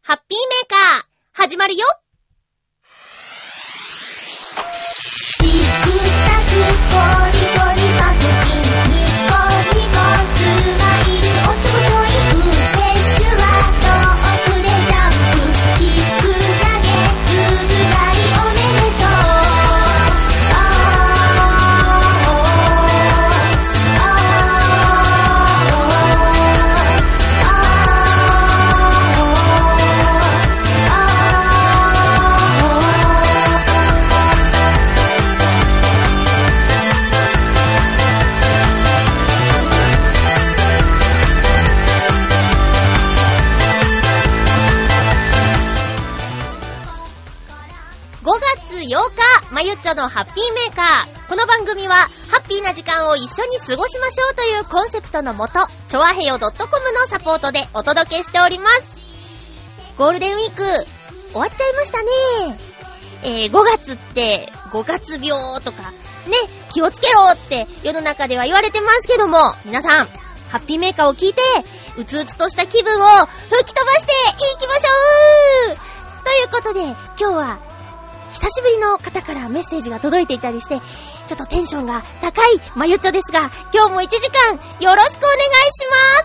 ハッピーメーカー始まるよ。チクタクコリコリパクチンニコニコスマイルおすごといフレッシュは遠くでジャンプ聞くだけつぶらいおめでとう。5月8日、まゆっちょのハッピーメーカー。この番組は、ハッピーな時間を一緒に過ごしましょうというコンセプトのもと、ちょわへよ .com のサポートでお届けしております。ゴールデンウィーク、終わっちゃいましたね。5月って、5月病とか、ね、気をつけろって世の中では言われてますけども、皆さん、ハッピーメーカーを聞いて、うつうつとした気分を吹き飛ばしていきましょうということで、今日は、久しぶりの方からメッセージが届いていたりして、ちょっとテンションが高いまゆっちょですが、今日も1時間よろしくお願いします。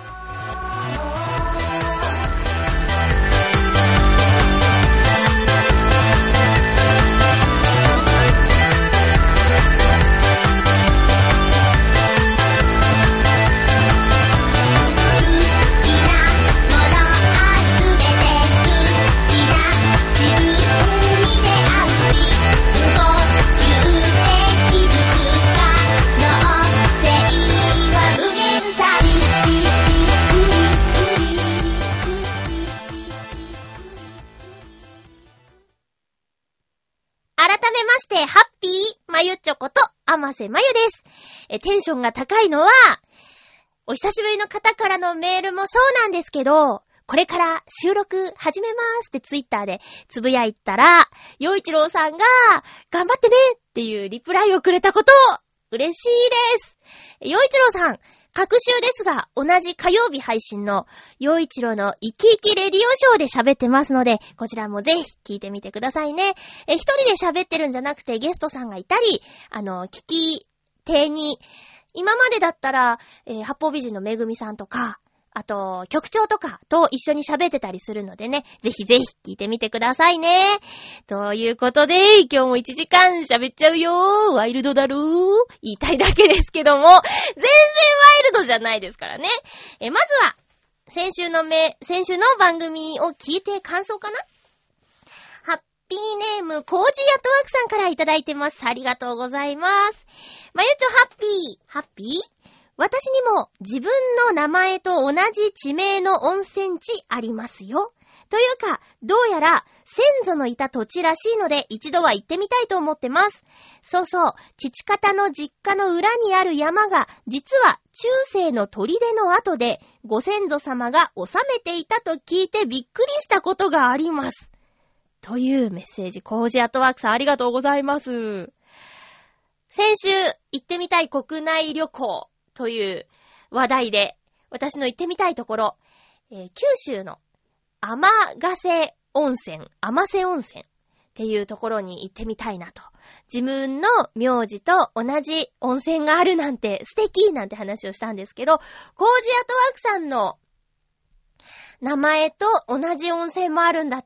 ハッピーまゆっちょこと甘瀬まゆです。テンションが高いのはお久しぶりの方からのメールもそうなんですけど、これから収録始めますってツイッターでつぶやいたら、陽一郎さんが頑張ってねっていうリプライをくれたこと、嬉しいです。陽一郎さん、各週ですが、同じ火曜日配信の陽一郎の生き生きレディオショーで喋ってますので、こちらもぜひ聞いてみてくださいね。一人で喋ってるんじゃなくてゲストさんがいたり、聞き手に、今までだったら、八方美人のめぐみさんとか、あと、局長とかと一緒に喋ってたりするのでね、ぜひぜひ聞いてみてくださいね。ということで、今日も1時間喋っちゃうよ。ワイルドだろう。言いたいだけですけども、全然ワイルドじゃないですからね。まずは、先週の番組を聞いて感想かな？ハッピーネーム、コージーアットワークさんからいただいてます。ありがとうございます。まゆちょハッピー私にも自分の名前と同じ地名の温泉地ありますよ。というか、どうやら先祖のいた土地らしいので一度は行ってみたいと思ってます。そうそう、父方の実家の裏にある山が実は中世の砦の跡でご先祖様が治めていたと聞いてびっくりしたことがあります。というメッセージ、コージアットワークさんありがとうございます。先週行ってみたい国内旅行という話題で、私の行ってみたいところ、九州の天瀬温泉っていうところに行ってみたいなと。自分の名字と同じ温泉があるなんて素敵なんて話をしたんですけど、コージアットワークさんの名前と同じ温泉もあるんだって。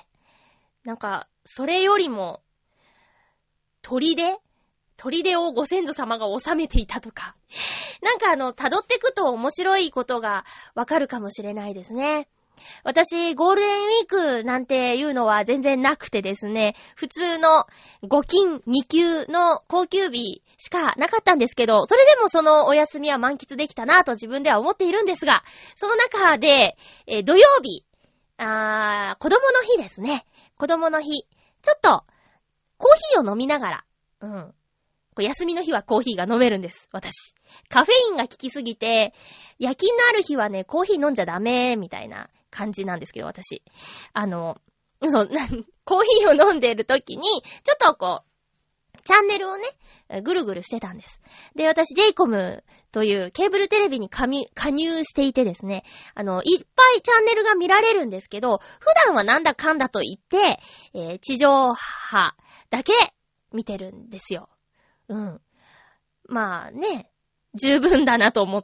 なんか、それよりも、砦をご先祖様が治めていたとか。なんか辿ってくと面白いことがわかるかもしれないですね。私、ゴールデンウィークなんていうのは全然なくてですね、普通の5金2級の高級日しかなかったんですけど、それでもそのお休みは満喫できたなと自分では思っているんですが、その中で、土曜日、子供の日ですね。子供の日。ちょっと、コーヒーを飲みながら、休みの日はコーヒーが飲めるんです、私。カフェインが効きすぎて、夜勤のある日はね、コーヒー飲んじゃダメ、みたいな感じなんですけど、私。コーヒーを飲んでいる時に、ちょっとチャンネルをね、ぐるぐるしてたんです。で、私、JCOM というケーブルテレビに加入していてですね、いっぱいチャンネルが見られるんですけど、普段はなんだかんだと言って、地上波だけ見てるんですよ。うん。まあね、十分だなと思って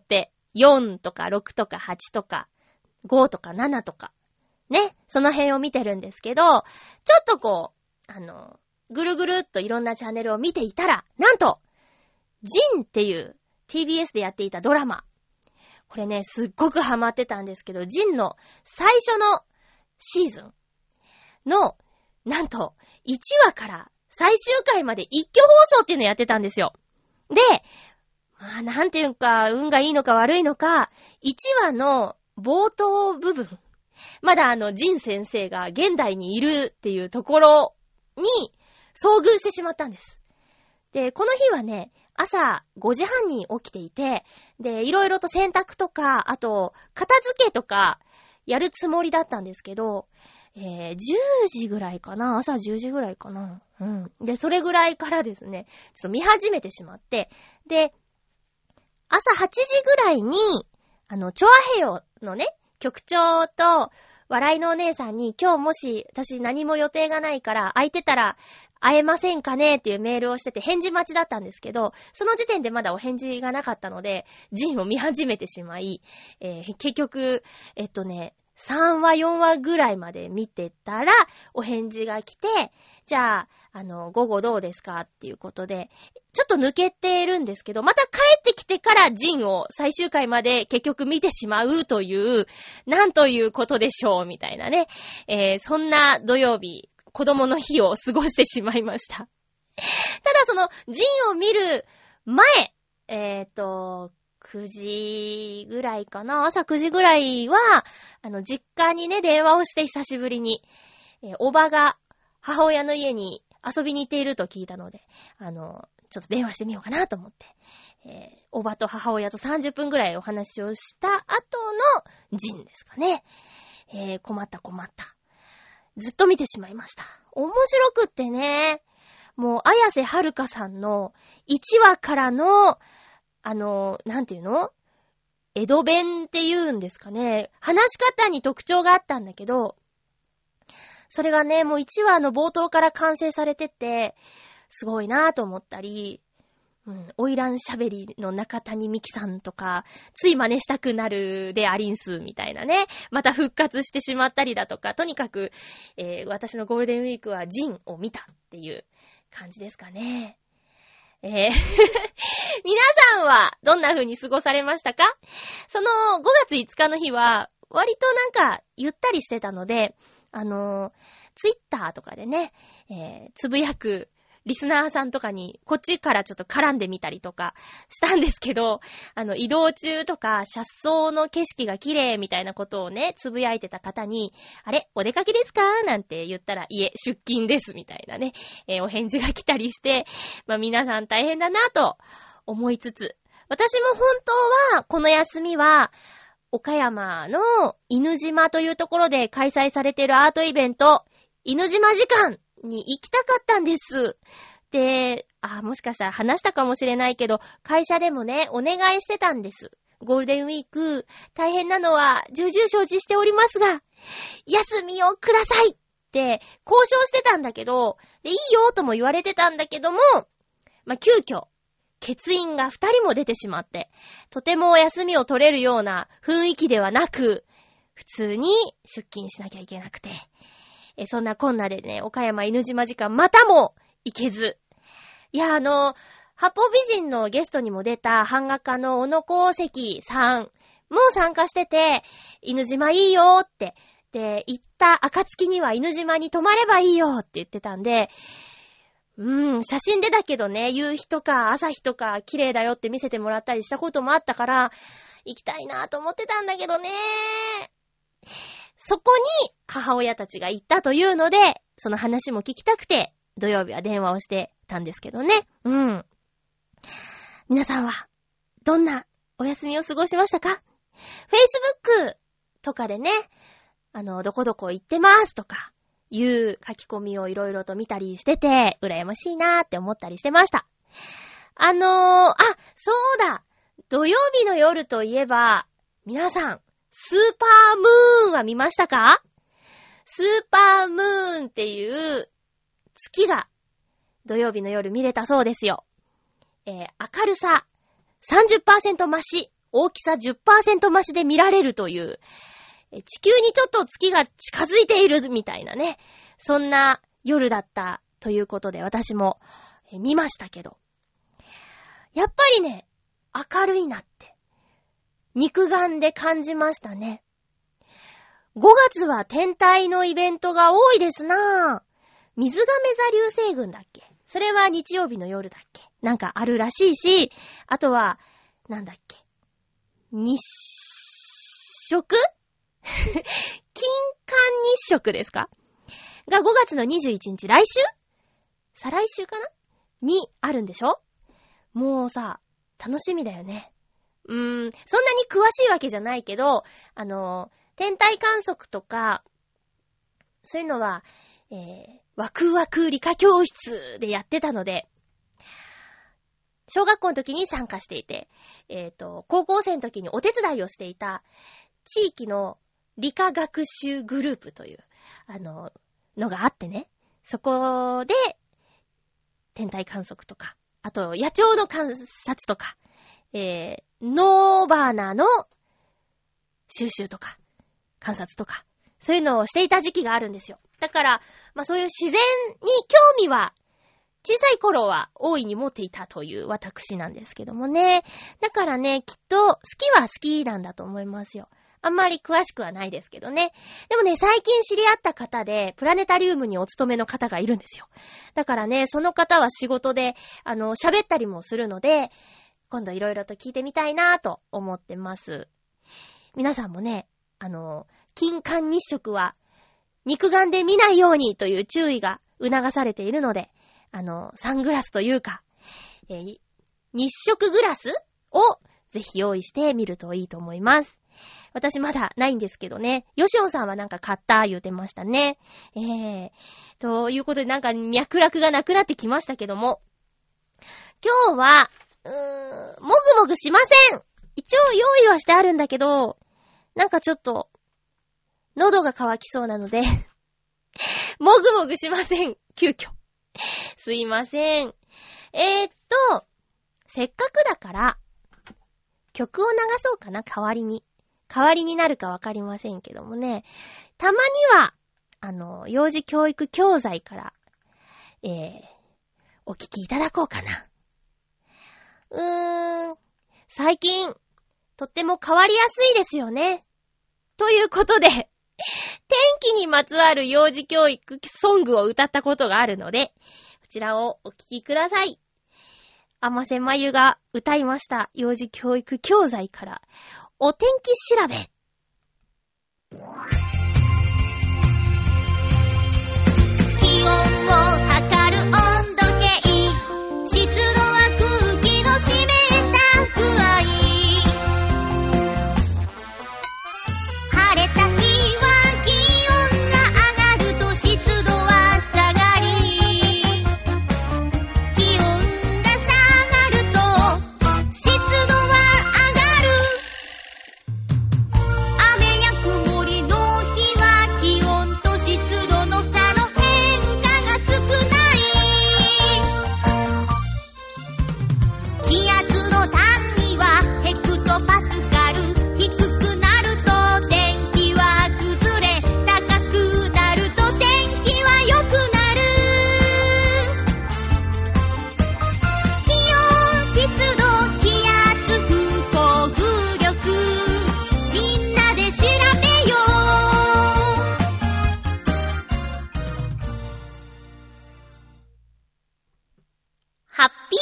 、4とか6とか8とか5とか7とか、ね、その辺を見てるんですけど、ちょっとこう、ぐるぐるっといろんなチャンネルを見ていたら、なんと、ジンっていう TBS でやっていたドラマ。これね、すっごくハマってたんですけど、ジンの最初のシーズンの、なんと、1話から最終回まで一挙放送っていうのやってたんですよ。で、まあなんていうか、運がいいのか悪いのか、1話の冒頭部分、まだジン先生が現代にいるっていうところに遭遇してしまったんです。で、この日はね、朝5時半に起きていて、で、いろいろと洗濯とか、あと、片付けとか、やるつもりだったんですけど、10時ぐらいかな、朝10時ぐらいかな。うん。で、それぐらいからですね、ちょっと見始めてしまって、で、朝8時ぐらいに、チョアヘヨのね、局長と、笑いのお姉さんに、今日もし、私何も予定がないから、空いてたら、会えませんかねっていうメールをしてて、返事待ちだったんですけど、その時点でまだお返事がなかったので、ジンを見始めてしまい、結局、3話4話ぐらいまで見てたらお返事が来て、じゃあ午後どうですかっていうことでちょっと抜けてるんですけど、また帰ってきてからジンを最終回まで結局見てしまうという、なんということでしょうみたいなね、そんな土曜日子供の日を過ごしてしまいました。ただそのジンを見る前、9時ぐらいかな、朝9時ぐらいは、実家にね、電話をして久しぶりに、おばが母親の家に遊びに行っていると聞いたので、ちょっと電話してみようかなと思って、おばと母親と30分ぐらいお話をした後のジンですかね。困った。ずっと見てしまいました。面白くってね、もう、綾瀬はるかさんの1話からの、なんていうの？江戸弁っていうんですかね。話し方に特徴があったんだけど、それがね、もう1話の冒頭から完成されてて、すごいなぁと思ったり、オイラン喋りの中谷美紀さんとか、つい真似したくなるでアリンスみたいなね、また復活してしまったりだとか、とにかく、私のゴールデンウィークはジンを見たっていう感じですかね。皆さんはどんな風に過ごされましたか？その5月5日の日は割となんかゆったりしてたので、ツイッターとかでね、つぶやくリスナーさんとかにこっちからちょっと絡んでみたりとかしたんですけど、移動中とか車窓の景色が綺麗みたいなことをね、つぶやいてた方に、あれお出かけですかなんて言ったら、いえ、出勤ですみたいなね、お返事が来たりして、皆さん大変だなと思いつつ、私も本当はこの休みは岡山の犬島というところで開催されているアートイベント、犬島時間に行きたかったんです。で、もしかしたら話したかもしれないけど、会社でもね、お願いしてたんです。ゴールデンウィーク、大変なのは重々承知しておりますが、休みをくださいって交渉してたんだけど、で、いいよとも言われてたんだけども、急遽、欠員が2人も出てしまって、とても休みを取れるような雰囲気ではなく、普通に出勤しなきゃいけなくて、そんなこんなでね、岡山犬島時間またも行けず。いや、八方美人のゲストにも出た版画家の小野功石さんも参加してて、犬島いいよって。で、行った暁には犬島に泊まればいいよって言ってたんで、写真でだけどね、夕日とか朝日とか綺麗だよって見せてもらったりしたこともあったから、行きたいなと思ってたんだけどね。そこに母親たちが行ったというので、その話も聞きたくて、土曜日は電話をしてたんですけどね。皆さんは、どんなお休みを過ごしましたか？ Facebook とかでね、どこどこ行ってますとか、 いう書き込みをいろいろと見たりしてて、羨ましいなーって思ったりしてました。そうだ。土曜日の夜といえば、皆さん、スーパームーンは見ましたか？スーパームーンっていう月が土曜日の夜見れたそうですよ。明るさ 30% 増し、大きさ 10% 増しで見られるという、地球にちょっと月が近づいているみたいなね、そんな夜だったということで私も見ましたけど、やっぱりね、明るいなって肉眼で感じましたね。5月は天体のイベントが多いですなぁ。水亀座流星群だっけ？それは日曜日の夜だっけ？なんかあるらしいし、あとは、なんだっけ？日食？金環日食ですか？が5月の21日、来週？再来週かな？にあるんでしょ？もうさ、楽しみだよね。そんなに詳しいわけじゃないけど、天体観測とか、そういうのは、ワクワク理科教室でやってたので、小学校の時に参加していて、高校生の時にお手伝いをしていた地域の理科学習グループという、のがあってね、そこで天体観測とか、あと野鳥の観察とか、ノーバーナの収集とか、観察とか、そういうのをしていた時期があるんですよ。だから、そういう自然に興味は、小さい頃は大いに持っていたという私なんですけどもね。だからね、きっと好きは好きなんだと思いますよ。あんまり詳しくはないですけどね。でもね、最近知り合った方で、プラネタリウムにお勤めの方がいるんですよ。だからね、その方は仕事で、喋ったりもするので、今度いろいろと聞いてみたいなと思ってます。皆さんもね、金環日食は肉眼で見ないようにという注意が促されているので、サングラスというか、日食グラスをぜひ用意してみるといいと思います。私まだないんですけどね。ヨシオンさんはなんか買った言うてましたね。ということでなんか脈絡がなくなってきましたけども。今日は、もぐもぐしません。一応用意はしてあるんだけど、なんかちょっと、喉が渇きそうなので、もぐもぐしません。急遽。すいません。せっかくだから、曲を流そうかな、代わりに。代わりになるかわかりませんけどもね。たまには、幼児教育教材から、お聞きいただこうかな。最近、とっても変わりやすいですよね。ということで、天気にまつわる幼児教育ソングを歌ったことがあるので、こちらをお聞きください。甘瀬まゆが歌いました幼児教育教材から、お天気調べ。気温を測る温度計、湿度は空気の湿った具合、晴れた日は気温が上がると湿度は下がり、気温が下がると湿度は上がる。雨や曇りの日は気温と湿度の差の変化が少ない。気圧の単位はヘクトパスカル、低くなると天気は崩れ、高くなると天気は良くなる。気温、湿度、気圧、風力、みんなで調べよう。ハッピートーク。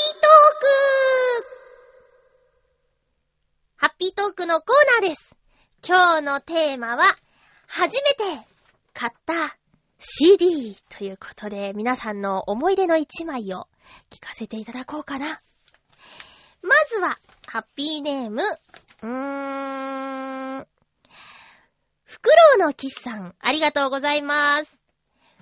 ハッピートークのコーナーです。今日のテーマは、初めて買った CD ということで、皆さんの思い出の一枚を聞かせていただこうかな。まずは、ハッピーネーム、フクロウのキスさん、ありがとうございます。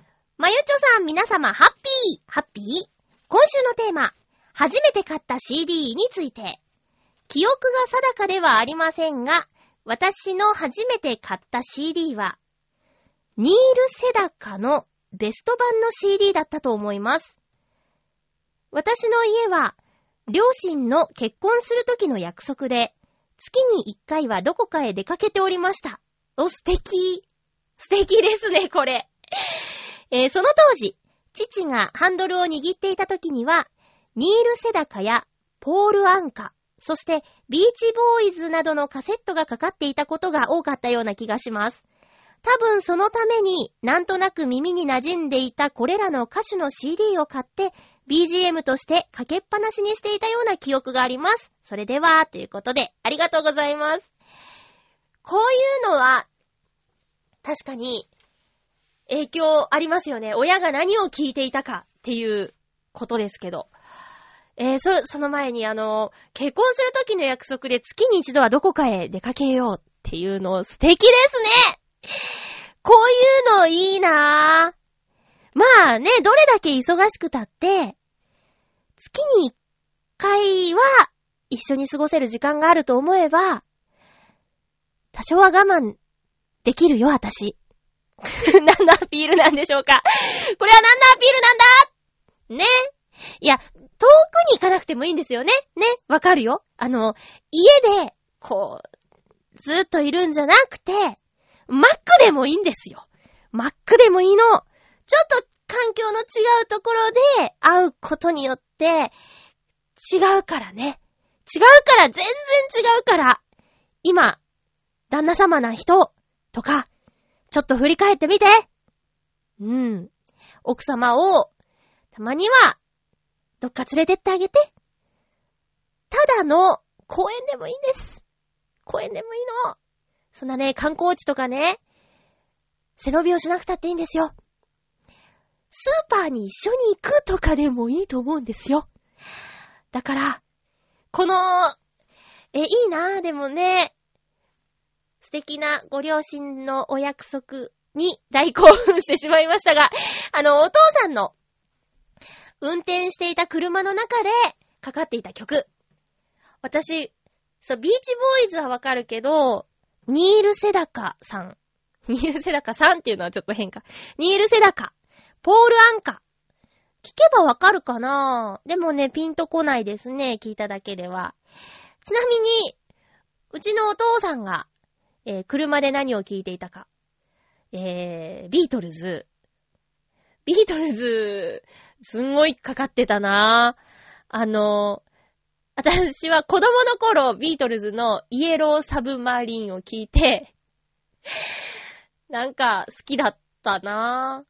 まゆちょさん、皆様、ハッピー今週のテーマ、初めて買った CD について。記憶が定かではありませんが、私の初めて買った CD は、ニール・セダカのベスト版の CD だったと思います。私の家は、両親の結婚する時の約束で、月に1回はどこかへ出かけておりました。お、素敵。素敵ですね、これ。その当時、父がハンドルを握っていた時には、ニール・セダカやポール・アンカ、そしてビーチボーイズなどのカセットがかかっていたことが多かったような気がします。多分そのためになんとなく耳に馴染んでいたこれらの歌手の CD を買って BGM としてかけっぱなしにしていたような記憶があります。それでは、ということでありがとうございます。こういうのは確かに影響ありますよね。親が何を聞いていたかっていうことですけど。その前に結婚する時の約束で月に一度はどこかへ出かけようっていうの素敵ですね。こういうのいいなぁ。まあね、どれだけ忙しくたって、月に一回は一緒に過ごせる時間があると思えば、多少は我慢できるよ、私。何のアピールなんでしょうか。これは何のアピールなんだね。いや、遠くに行かなくてもいいんですよね。ね、わかるよ。家で、ずっといるんじゃなくて、マックでもいいんですよ。マックでもいいの。ちょっと環境の違うところで会うことによって、違うからね。違うから、全然違うから。今、旦那様な人とか、ちょっと振り返ってみて。奥様を、たまには、どっか連れてってあげて。ただの公園でもいいんです。公園でもいいの。そんなね、観光地とかね、背伸びをしなくたっていいんですよ。スーパーに一緒に行くとかでもいいと思うんですよ。だから、いいなぁ、でもね、素敵なご両親のお約束に大興奮してしまいましたが、お父さんの運転していた車の中でかかっていた曲。私、ビーチボーイズはわかるけど、ニール・セダカさんっていうのはちょっと変か。ニール・セダカ、ポール・アンカ。聞けばわかるかな？でもね、ピンとこないですね、聞いただけでは。ちなみに、うちのお父さんが、車で何を聞いていたか。ビートルズ、すんごいかかってたなぁ。私は子供の頃、ビートルズのイエローサブマリンを聞いて、なんか好きだったな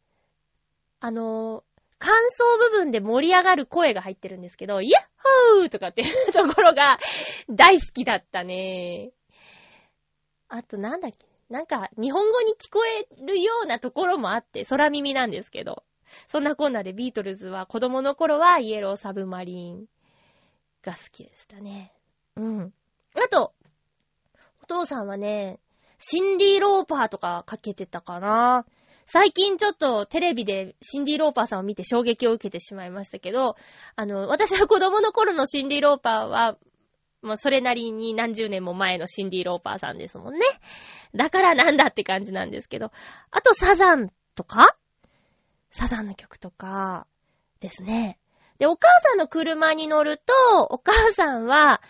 ぁ。感想部分で盛り上がる声が入ってるんですけど、イヤッホーとかっていうところが大好きだったね。あとなんだっけ、なんか日本語に聞こえるようなところもあって空耳なんですけど、そんなこんなでビートルズは子供の頃はイエローサブマリンが好きでしたね。あとお父さんはね、シンディ・ローパーとかかけてたかな。最近ちょっとテレビでシンディ・ローパーさんを見て衝撃を受けてしまいましたけど、私は子供の頃のシンディ・ローパーはもうそれなりに何十年も前のシンディ・ローパーさんですもんね。だからなんだって感じなんですけど。あとサザンとか？サザンの曲とかですね。で、お母さんの車に乗ると、お母さんは、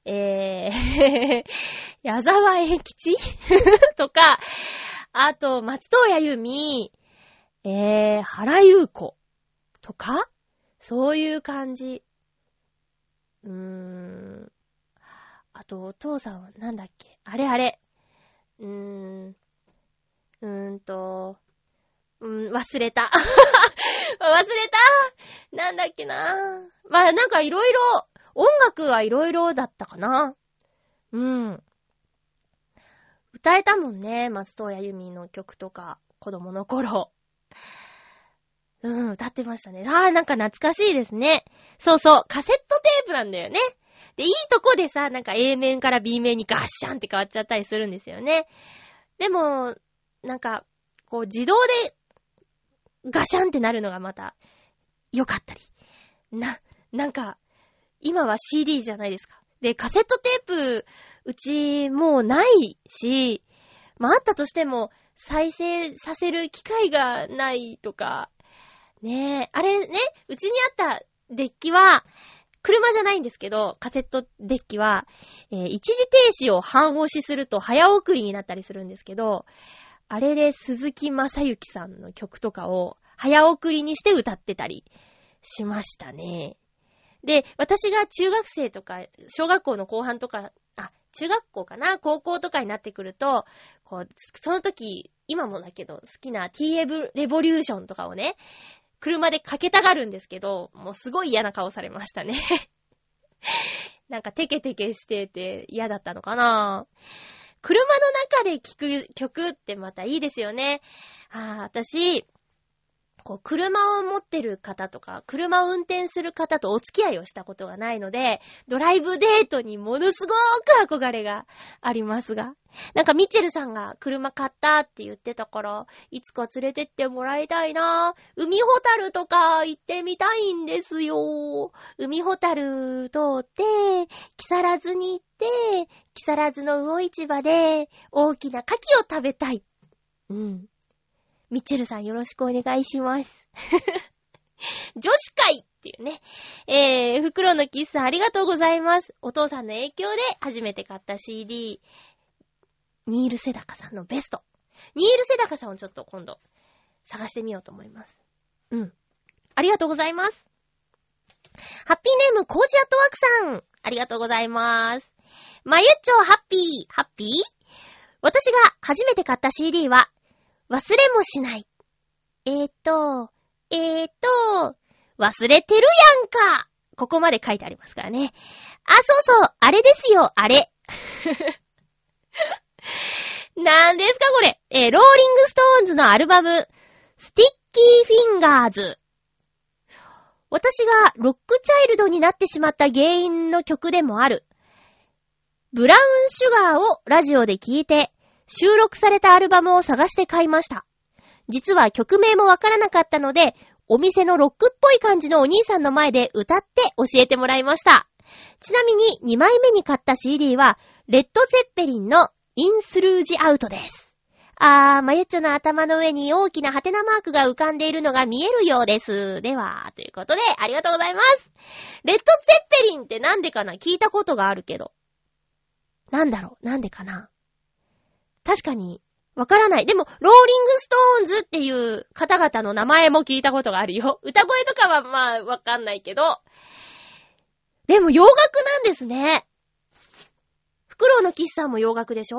矢沢永吉とか、あと松任谷由実、原優子とか、そういう感じ。あとお父さんはなんだっけ、忘れた。なんだっけな。まあなんかいろいろ、音楽はいろいろだったかな。歌えたもんね、松任谷由実の曲とか、子供の頃。歌ってましたね。なんか懐かしいですね。そうそう、カセットテープなんだよね。で、いいとこでさ、なんか A 面から B 面にガッシャンって変わっちゃったりするんですよね。でも、なんか、自動でガシャンってなるのがまた良かったり。なんか、今は CD じゃないですか。で、カセットテープ、うちもうないし、まああったとしても、再生させる機会がないとか、ねえ、あれね、うちにあったデッキは、車じゃないんですけど、カセットデッキは、一時停止を半押しすると早送りになったりするんですけど、あれで鈴木正幸さんの曲とかを早送りにして歌ってたりしましたね。で、私が中学生とか、小学校の後半とか、中学校かな高校とかになってくると、こう、その時、今もだけど、好きな TF レボリューションとかをね、車でかけたがるんですけど、もうすごい嫌な顔されましたね。なんかテケテケしてて嫌だったのかな。車の中で聴く曲ってまたいいですよね。私、こう、車を持ってる方とか、車を運転する方とお付き合いをしたことがないので、ドライブデートにものすごく憧れがありますが。なんかミッチェルさんが車買ったって言ってたから、いつか連れてってもらいたいな。海ホタルとか行ってみたいんですよ。海ホタル通って、木更津に行って、木更津の魚市場で大きな牡蠣を食べたい。うん。ミッチェルさんよろしくお願いします。女子会っていうね。袋のキスさんありがとうございます。お父さんの影響で初めて買った CD、ニール・セダカさんのベスト。ニール・セダカさんをちょっと今度探してみようと思います。うん。ありがとうございます。ハッピーネームコージアットワークさん。ありがとうございます。まゆっちょハッピー私が初めて買った CD は、忘れもしない。忘れてるやんか。ここまで書いてありますからね。そう、あれですよ、あれ。なんですかこれ。ローリングストーンズのアルバム、スティッキーフィンガーズ。私がロックチャイルドになってしまった原因の曲でもある。ブラウンシュガーをラジオで聴いて、収録されたアルバムを探して買いました。実は曲名もわからなかったので、お店のロックっぽい感じのお兄さんの前で歌って教えてもらいました。ちなみに2枚目に買った CD は、レッド・ゼッペリンのインスルージ・アウトです。まゆっちょの頭の上に大きなハテナマークが浮かんでいるのが見えるようです。では、ということで、ありがとうございます。レッド・ゼッペリンってなんでかな？聞いたことがあるけど。なんだろう？なんでかな？確かに、わからない。でも、ローリングストーンズっていう方々の名前も聞いたことがあるよ。歌声とかはまあ、わかんないけど。でも、洋楽なんですね。フクロウのキスさんも洋楽でしょ？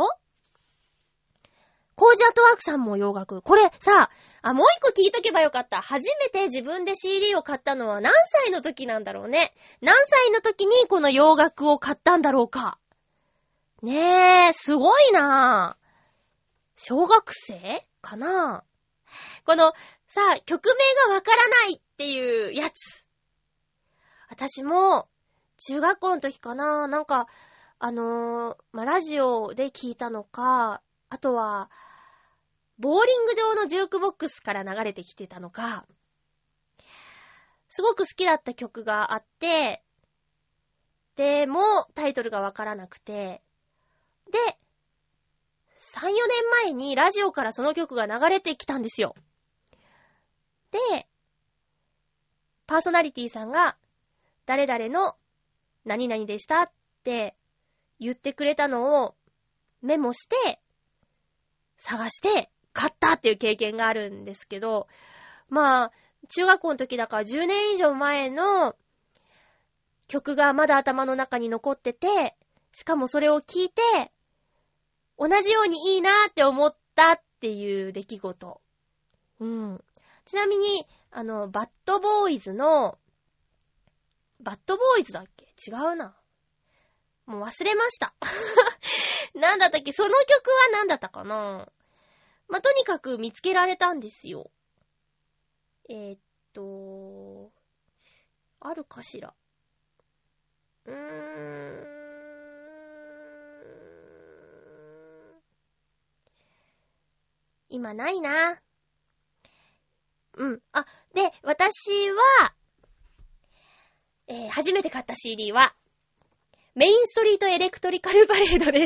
コージアットワークさんも洋楽。これさ、もう一個聞いとけばよかった。初めて自分で CD を買ったのは何歳の時なんだろうね。何歳の時にこの洋楽を買ったんだろうか。ねえ、すごいなぁ。小学生かな？このさ、曲名がわからないっていうやつ。私も中学校の時かな、なんかラジオで聞いたのか、あとはボーリング場のジュークボックスから流れてきてたのか、すごく好きだった曲があって、でもタイトルがわからなくて、で3、4年前にラジオからその曲が流れてきたんですよ。で、パーソナリティさんが誰々の何々でしたって言ってくれたのをメモして探して買ったっていう経験があるんですけど、まあ中学校の時だから10年以上前の曲がまだ頭の中に残ってて、しかもそれを聞いて同じようにいいなって思ったっていう出来事。うん。ちなみに、バッドボーイズだっけ？違うな。もう忘れました。なんだったっけ？その曲は何だったかな？まあ、とにかく見つけられたんですよ。あるかしら。今ないな。 で、私は、初めて買った CD は、メインストリートエレクトリカルパレードです。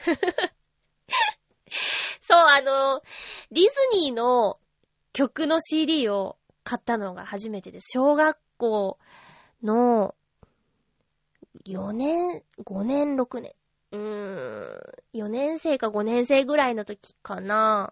そう、ディズニーの曲の CD を買ったのが初めてです。小学校の4年、5年、6年。4年生か5年生ぐらいの時かな。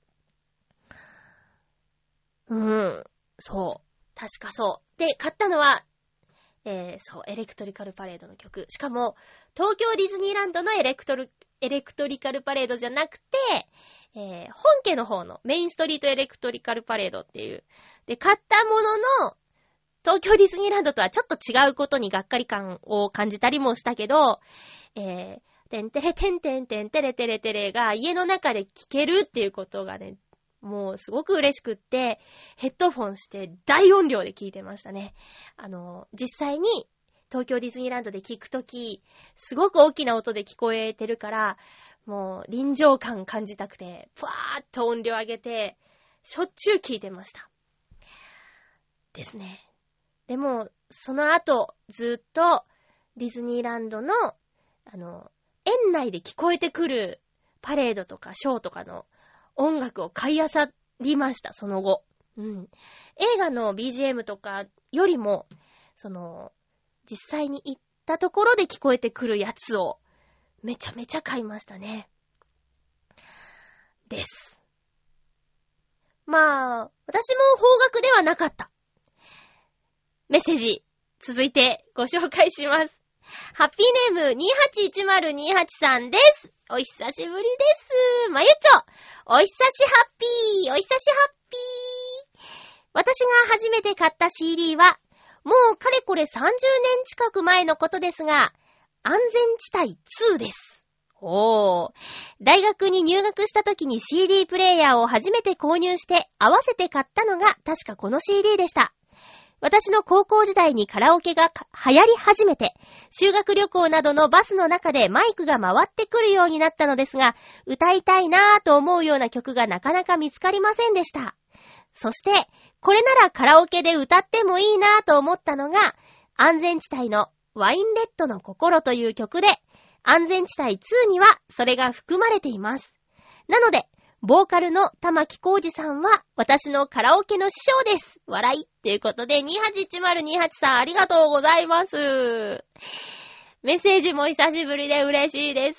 そう。確かそう。で、買ったのは、そう、エレクトリカルパレードの曲。しかも、東京ディズニーランドのエレクトリカルパレードじゃなくて、本家の方のメインストリートエレクトリカルパレードっていう。で、買ったものの、東京ディズニーランドとはちょっと違うことにがっかり感を感じたりもしたけど、てんてれてんてんてんてれてれてれが家の中で聴けるっていうことがね、もうすごく嬉しくって、ヘッドフォンして大音量で聴いてましたね。実際に東京ディズニーランドで聴くとき、すごく大きな音で聞こえてるから、もう臨場感感じたくて、ふわーっと音量上げて、しょっちゅう聴いてました。ですね。でも、その後、ずっとディズニーランドの、園内で聞こえてくるパレードとかショーとかの音楽を買い漁りました、その後。映画の BGM とかよりも、実際に行ったところで聞こえてくるやつを、めちゃめちゃ買いましたね。です。まあ、私も邦楽ではなかった。メッセージ、続いてご紹介します。ハッピーネーム281028さんです。お久しぶりです。まゆちょ、お久しハッピー、お久しハッピー。私が初めて買った CD は、もうかれこれ30年近く前のことですが、安全地帯2です。大学に入学した時に CD プレイヤーを初めて購入して合わせて買ったのが確かこの CD でした。私の高校時代にカラオケが流行り始めて、修学旅行などのバスの中でマイクが回ってくるようになったのですが、歌いたいなぁと思うような曲がなかなか見つかりませんでした。そして、これならカラオケで歌ってもいいなぁと思ったのが、安全地帯のワインレッドの心という曲で、安全地帯2にはそれが含まれています。なので、ボーカルの玉木浩二さんは私のカラオケの師匠です。笑いっていうことで281028さんありがとうございます。メッセージも久しぶりで嬉しいです。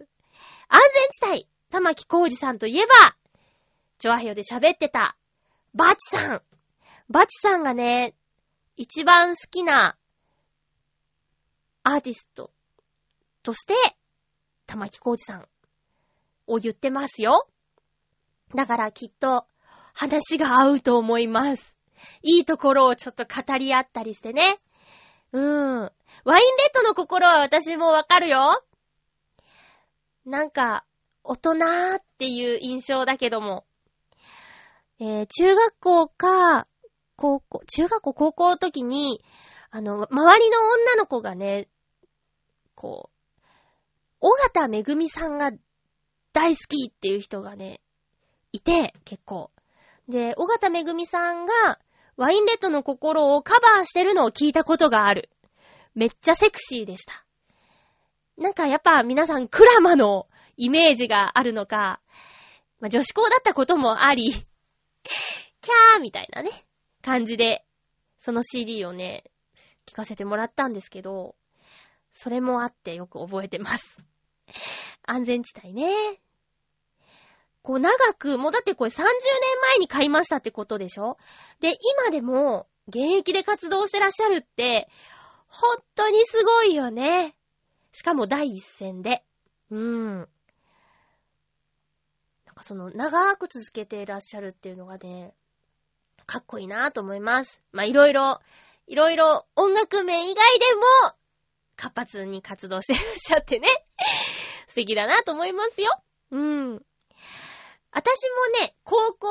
安全地帯玉木浩二さんといえばチョアヘヨで喋ってたバチさん。バチさんがね、一番好きなアーティストとして玉木浩二さんを言ってますよ。だからきっと話が合うと思います。いいところをちょっと語り合ったりしてね。ワインレッドの心は私もわかるよ。なんか大人っていう印象だけども、中学校高校の時に周りの女の子がね、こう尾形めぐみさんが大好きっていう人がねいて、結構。で、尾形めぐみさんがワインレッドの心をカバーしてるのを聞いたことがある。めっちゃセクシーでした。なんかやっぱ皆さんクラマのイメージがあるのか、女子校だったこともあり、キャーみたいなね、感じで、その CD をね、聞かせてもらったんですけど、それもあってよく覚えてます。安全地帯ね。こう長く、もうだってこれ30年前に買いましたってことでしょ？で、今でも現役で活動してらっしゃるって、本当にすごいよね。しかも第一線で。なんかその長く続けていらっしゃるっていうのがね、かっこいいなと思います。いろいろ音楽面以外でも活発に活動していらっしゃってね。素敵だなと思いますよ。私もね、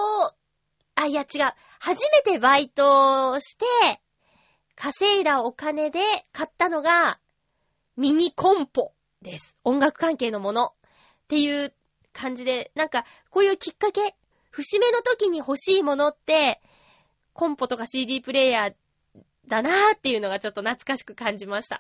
初めてバイトして、稼いだお金で買ったのが、ミニコンポです。音楽関係のもの。っていう感じで、なんか、こういうきっかけ、節目の時に欲しいものって、 コンポとか CD プレイヤーだなーっていうのがちょっと懐かしく感じました。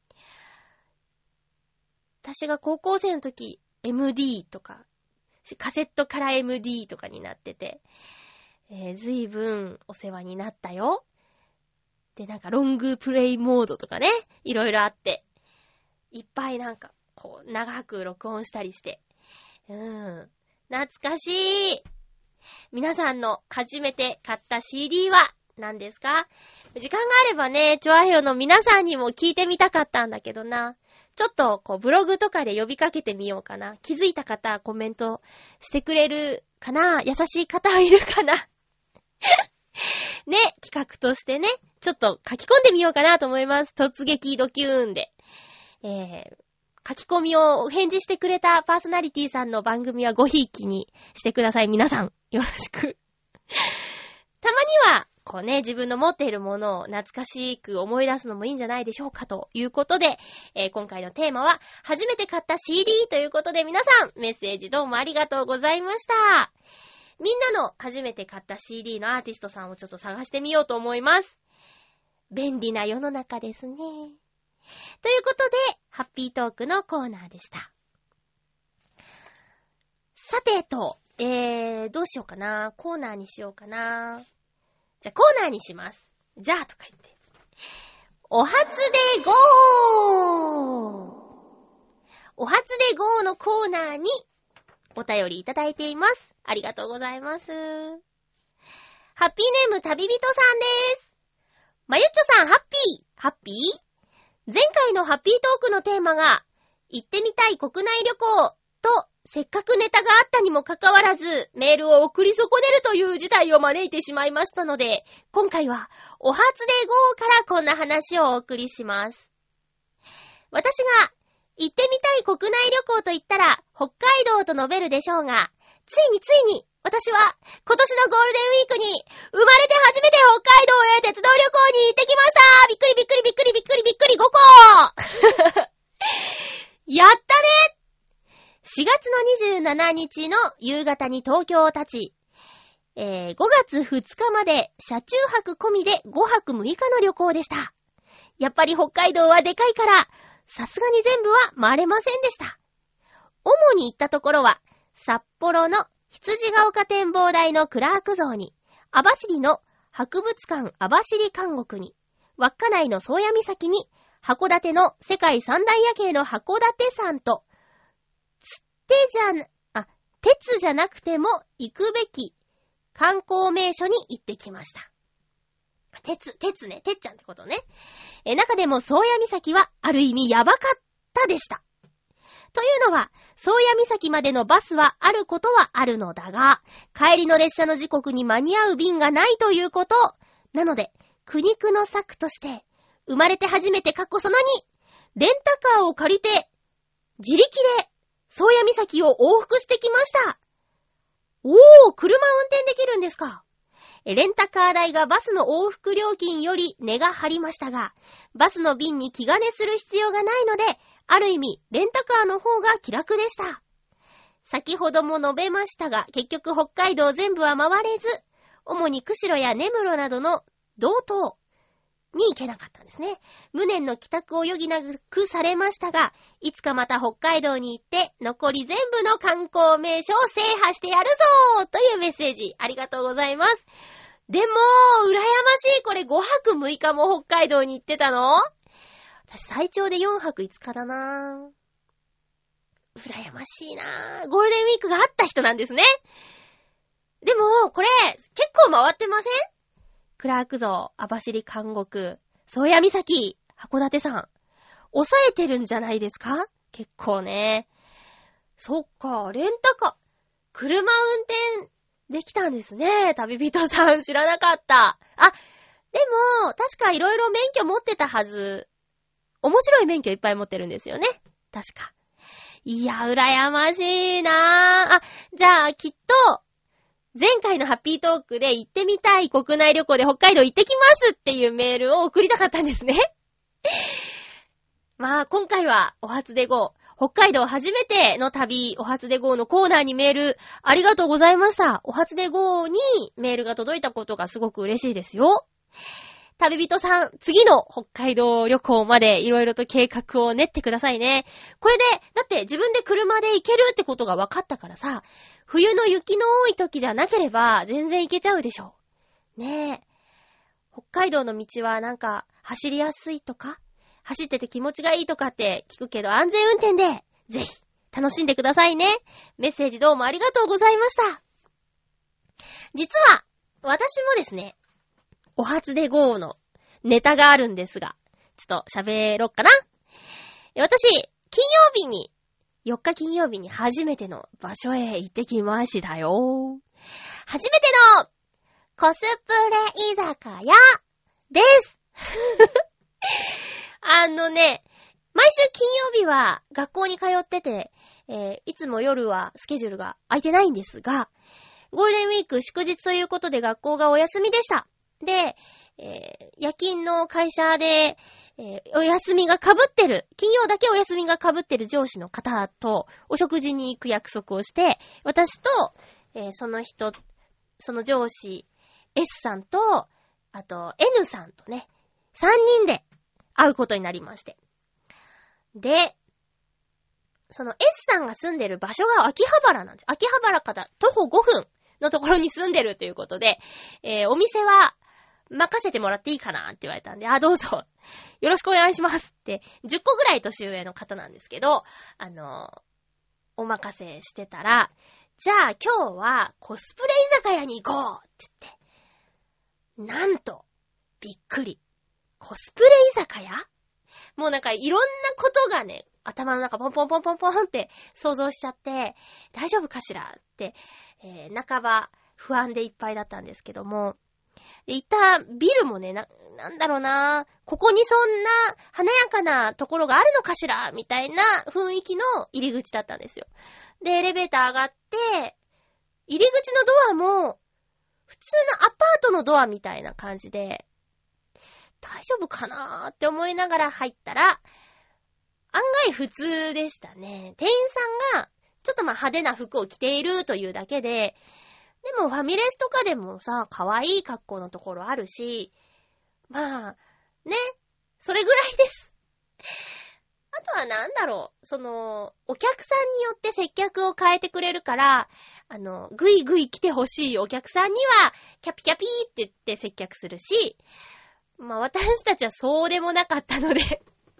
私が高校生の時、MD とか、カセットから MD とかになってて、随分お世話になったよ。で、なんかロングプレイモードとかね、いろいろあって、いっぱいなんか、こう、長く録音したりして。懐かしい。皆さんの初めて買った CD は何ですか？時間があればね、チョアヘヨの皆さんにも聞いてみたかったんだけどな。ちょっと、こう、ブログとかで呼びかけてみようかな。気づいた方、コメントしてくれるかな？優しい方はいるかな？ね、企画としてね、ちょっと書き込んでみようかなと思います。突撃ドキューンで。書き込みをお返事してくれたパーソナリティさんの番組はごひいきにしてください。皆さん、よろしく。たまには、こうね、自分の持っているものを懐かしく思い出すのもいいんじゃないでしょうかということで、今回のテーマは、初めて買った CD ということで皆さん、メッセージどうもありがとうございました。みんなの初めて買った CD のアーティストさんをちょっと探してみようと思います。便利な世の中ですね。ということで、ハッピートークのコーナーでした。さてと、どうしようかな。コーナーにしようかな。じゃあコーナーにします。じゃあとか言って。お初でゴー！お初でゴーのコーナーにお便りいただいています。ありがとうございます。ハッピーネーム旅人さんです。まゆっちょさん、ハッピー前回のハッピートークのテーマが、行ってみたい国内旅行と、せっかくネタがあったにもかかわらず、メールを送り損ねるという事態を招いてしまいましたので、今回は、お初でゴーからこんな話をお送りします。私が、行ってみたい国内旅行と言ったら、北海道と述べるでしょうが、ついに、私は、今年のゴールデンウィークに、生まれて初めて北海道へ鉄道旅行に行ってきました。びっくり5個やったね。4月の27日の夕方に東京を立ち、5月2日まで車中泊込みで5泊6日の旅行でした。やっぱり北海道はでかいから、さすがに全部は回れませんでした。主に行ったところは、札幌の羊ヶ丘展望台のクラーク像に、網走の博物館網走監獄に、稚内の宗谷岬に、函館の世界三大夜景の函館山と、鉄じゃなくても行くべき観光名所に行ってきました。鉄ね、てっちゃんってことね。中でも宗谷岬はある意味やばかったでした。というのは、宗谷岬までのバスはあることはあるのだが、帰りの列車の時刻に間に合う便がないということ。なので、苦肉の策として、生まれて初めて過去その2、レンタカーを借りて、自力で宗谷岬を往復してきました。車運転できるんですか。レンタカー代がバスの往復料金より値が張りましたが、バスの便に気兼ねする必要がないので、ある意味、レンタカーの方が気楽でした。先ほども述べましたが、結局北海道全部は回れず、主に釧路や根室などの道東に行けなかったんですね。無念の帰宅を余儀なくされましたが、いつかまた北海道に行って、残り全部の観光名所を制覇してやるぞというメッセージ、ありがとうございます。でも、羨ましい。これ5泊6日も北海道に行ってたの？私最長で4泊5日だなぁ。羨ましいなぁ。ゴールデンウィークがあった人なんですね。でも、これ、結構回ってません？クラーク像、網走監獄、宗谷岬、函館山。抑えてるんじゃないですか？結構ね。そっか、レンタカー、車運転できたんですね。旅人さん知らなかった。でも、確かいろいろ免許持ってたはず。面白い免許いっぱい持ってるんですよね。確か。いや、羨ましいなぁ。じゃあ、きっと、前回のハッピートークで行ってみたい国内旅行で北海道行ってきますっていうメールを送りたかったんですね。まあ、今回はお初でゴー。 北海道初めての旅、お初で GO のコーナーにメール、ありがとうございました。お初で GO にメールが届いたことがすごく嬉しいですよ。旅人さん、次の北海道旅行までいろいろと計画を練ってくださいね。これで、だって自分で車で行けるってことが分かったからさ、冬の雪の多い時じゃなければ全然行けちゃうでしょ。ねえ。北海道の道はなんか走りやすいとか、走ってて気持ちがいいとかって聞くけど、安全運転でぜひ楽しんでくださいね。メッセージどうもありがとうございました。実は私もですね、お初で GO のネタがあるんですが、ちょっと喋ろっかな。私、4日金曜日に初めての場所へ行ってきましたよ。初めてのコスプレ居酒屋です。毎週金曜日は学校に通ってて、いつも夜はスケジュールが空いてないんですが、ゴールデンウィーク祝日ということで学校がお休みでした。で、夜勤の会社で、お休みが被ってる、金曜だけお休みが被ってる上司の方とお食事に行く約束をして、私と、その上司 S さんと、あと N さんとね、3人で会うことになりまして。で、その S さんが住んでる場所が秋葉原なんです。秋葉原から徒歩5分のところに住んでるということで、お店は任せてもらっていいかなって言われたんで、どうぞよろしくお願いしますって10個ぐらい年上の方なんですけど、お任せしてたら、じゃあ今日はコスプレ居酒屋に行こうって言って、なんとびっくり、コスプレ居酒屋？もうなんかいろんなことがね、頭の中ポンポンポンポンポンって想像しちゃって、大丈夫かしらって、半ば不安でいっぱいだったんですけども、行ったビルもね、なんだろうな、ここにそんな華やかなところがあるのかしらみたいな雰囲気の入り口だったんですよ。で、エレベーター上がって、入り口のドアも普通のアパートのドアみたいな感じで、大丈夫かなーって思いながら入ったら、案外普通でしたね。店員さんがちょっと派手な服を着ているというだけで、でもファミレスとかでもさ、可愛い格好のところあるし、ね、それぐらいです。あとはなんだろう、お客さんによって接客を変えてくれるから、ぐいぐい来てほしいお客さんには、キャピキャピーって言って接客するし、私たちはそうでもなかったので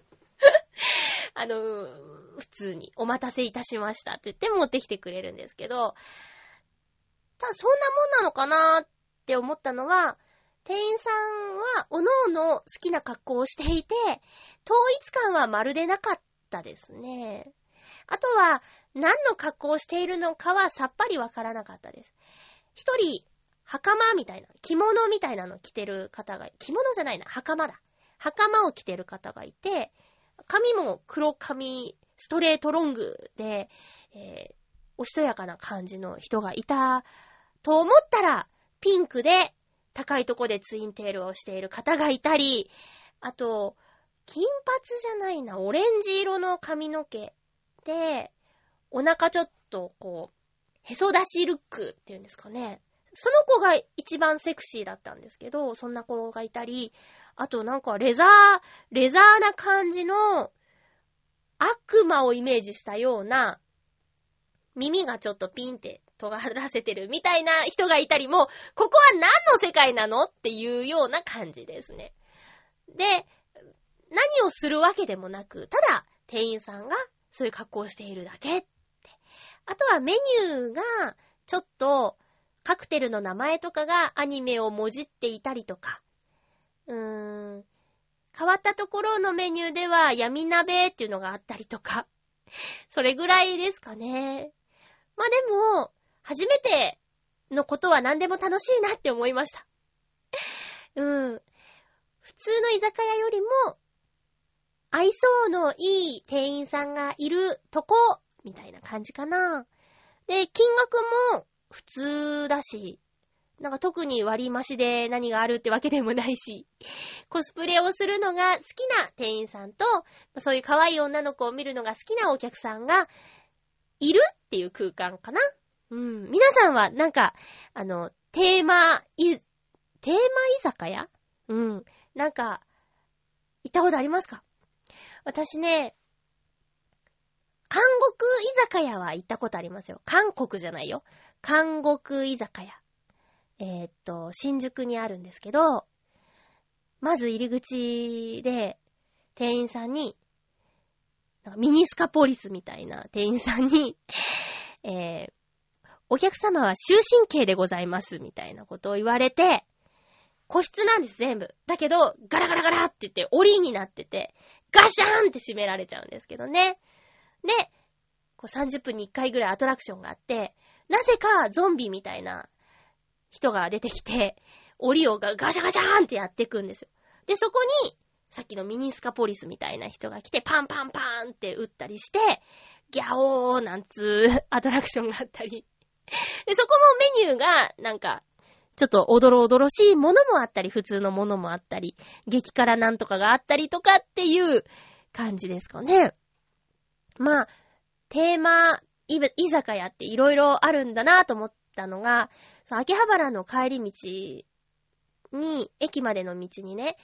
普通にお待たせいたしましたって言って持ってきてくれるんですけど、ただそんなもんなのかなって思ったのは、店員さんはおのおの好きな格好をしていて、統一感はまるでなかったですね。あとは何の格好をしているのかはさっぱりわからなかったです。一人袴みたいな、着物みたいなの着てる方が、着物じゃないな、袴だ。袴を着てる方がいて、髪も黒髪、ストレートロングで、おしとやかな感じの人がいたと思ったら、ピンクで高いとこでツインテールをしている方がいたり、あと、金髪じゃないな、オレンジ色の髪の毛で、お腹ちょっとへそ出しルックっていうんですかね。その子が一番セクシーだったんですけど、そんな子がいたり、あとなんかレザーな感じの悪魔をイメージしたような耳がちょっとピンって尖らせてるみたいな人がいたりも、ここは何の世界なのっていうような感じですね。で、何をするわけでもなく、ただ店員さんがそういう格好をしているだけって。あとはメニューがちょっとカクテルの名前とかがアニメをもじっていたりとか、変わったところのメニューでは闇鍋っていうのがあったりとか、それぐらいですかね。でも、初めてのことは何でも楽しいなって思いました。普通の居酒屋よりも、愛想のいい店員さんがいるとこ、みたいな感じかな。で、金額も普通だし、 なんか特に割増で何があるってわけでもないし、コスプレをするのが好きな店員さんと、そういう可愛い女の子を見るのが好きなお客さんがいるっていう空間かな。皆さんはなんか、テーマ居酒屋？なんか、行ったことありますか？私ね、韓国居酒屋は行ったことありますよ。韓国じゃないよ。韓国居酒屋。新宿にあるんですけど、まず入り口で、店員さんに、なんかミニスカポリスみたいな店員さんに、お客様は終身刑でございます、みたいなことを言われて、個室なんです、全部。だけど、ガラガラガラって言って、檻になってて、ガシャーンって閉められちゃうんですけどね。で、こう30分に1回ぐらいアトラクションがあって、なぜかゾンビみたいな人が出てきて、檻をガシャガシャーンってやっていくんですよ。で、そこに、さっきのミニスカポリスみたいな人が来て、パンパンパーンって打ったりして、ギャオーなんつーアトラクションがあったり。で、そこもメニューが、なんか、ちょっとおどろおどろしいものもあったり、普通のものもあったり、激辛なんとかがあったりとかっていう感じですかね。まあ、テーマ居酒屋っていろいろあるんだなと思ったのが、秋葉原の帰り道に、駅までの道にね、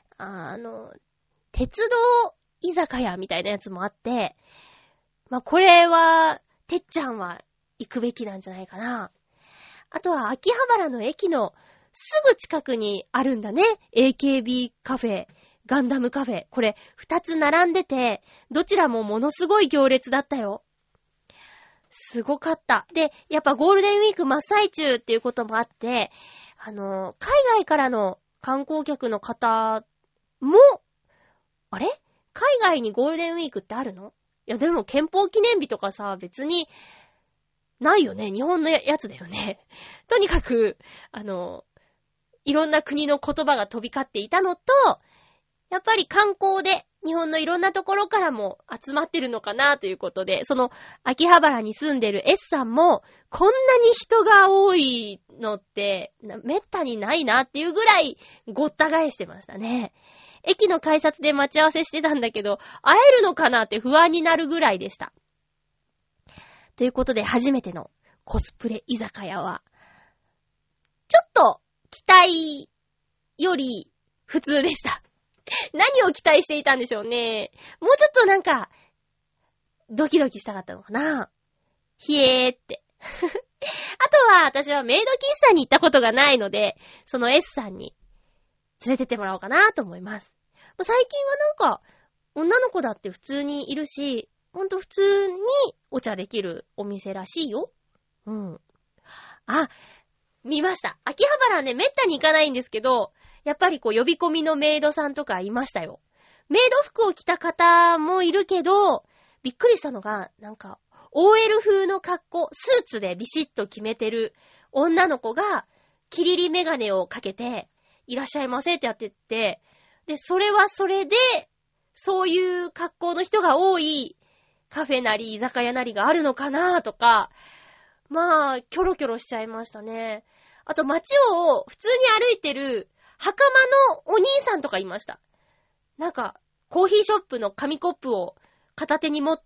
鉄道居酒屋みたいなやつもあって、まあこれは、てっちゃんは行くべきなんじゃないかな。あとは秋葉原の駅のすぐ近くにあるんだね。AKB カフェ、ガンダムカフェ。これ2つ並んでて、どちらもものすごい行列だったよ。すごかった。で、やっぱゴールデンウィーク真っ最中っていうこともあって、海外からの観光客の方も、あれ？海外にゴールデンウィークってあるの？いやでも憲法記念日とかさ、別にないよね。日本のやつだよね。とにかく、いろんな国の言葉が飛び交っていたのと、やっぱり観光で日本のいろんなところからも集まってるのかなということで、その秋葉原に住んでる S さんも、こんなに人が多いのってめったにないなっていうぐらいごった返してましたね。駅の改札で待ち合わせしてたんだけど、会えるのかなって不安になるぐらいでした。ということで初めてのコスプレ居酒屋は、ちょっと期待より普通でした。何を期待していたんでしょうね。もうちょっとなんか、ドキドキしたかったのかな。ひえーって。あとは私はメイド喫茶に行ったことがないので、その S さんに連れてってもらおうかなと思います。最近はなんか、女の子だって普通にいるし、ほんと普通にお茶できるお店らしいよ。あ、見ました。秋葉原ね、めったに行かないんですけど、やっぱりこう呼び込みのメイドさんとかいましたよ。メイド服を着た方もいるけど、びっくりしたのが、なんか、OL 風の格好、スーツでビシッと決めてる女の子が、キリリメガネをかけて、いらっしゃいませってやってって、で、それはそれで、そういう格好の人が多いカフェなり居酒屋なりがあるのかなとか、まあ、キョロキョロしちゃいましたね。あと街を普通に歩いてる袴のお兄さんとかいました。なんか、コーヒーショップの紙コップを片手に持って、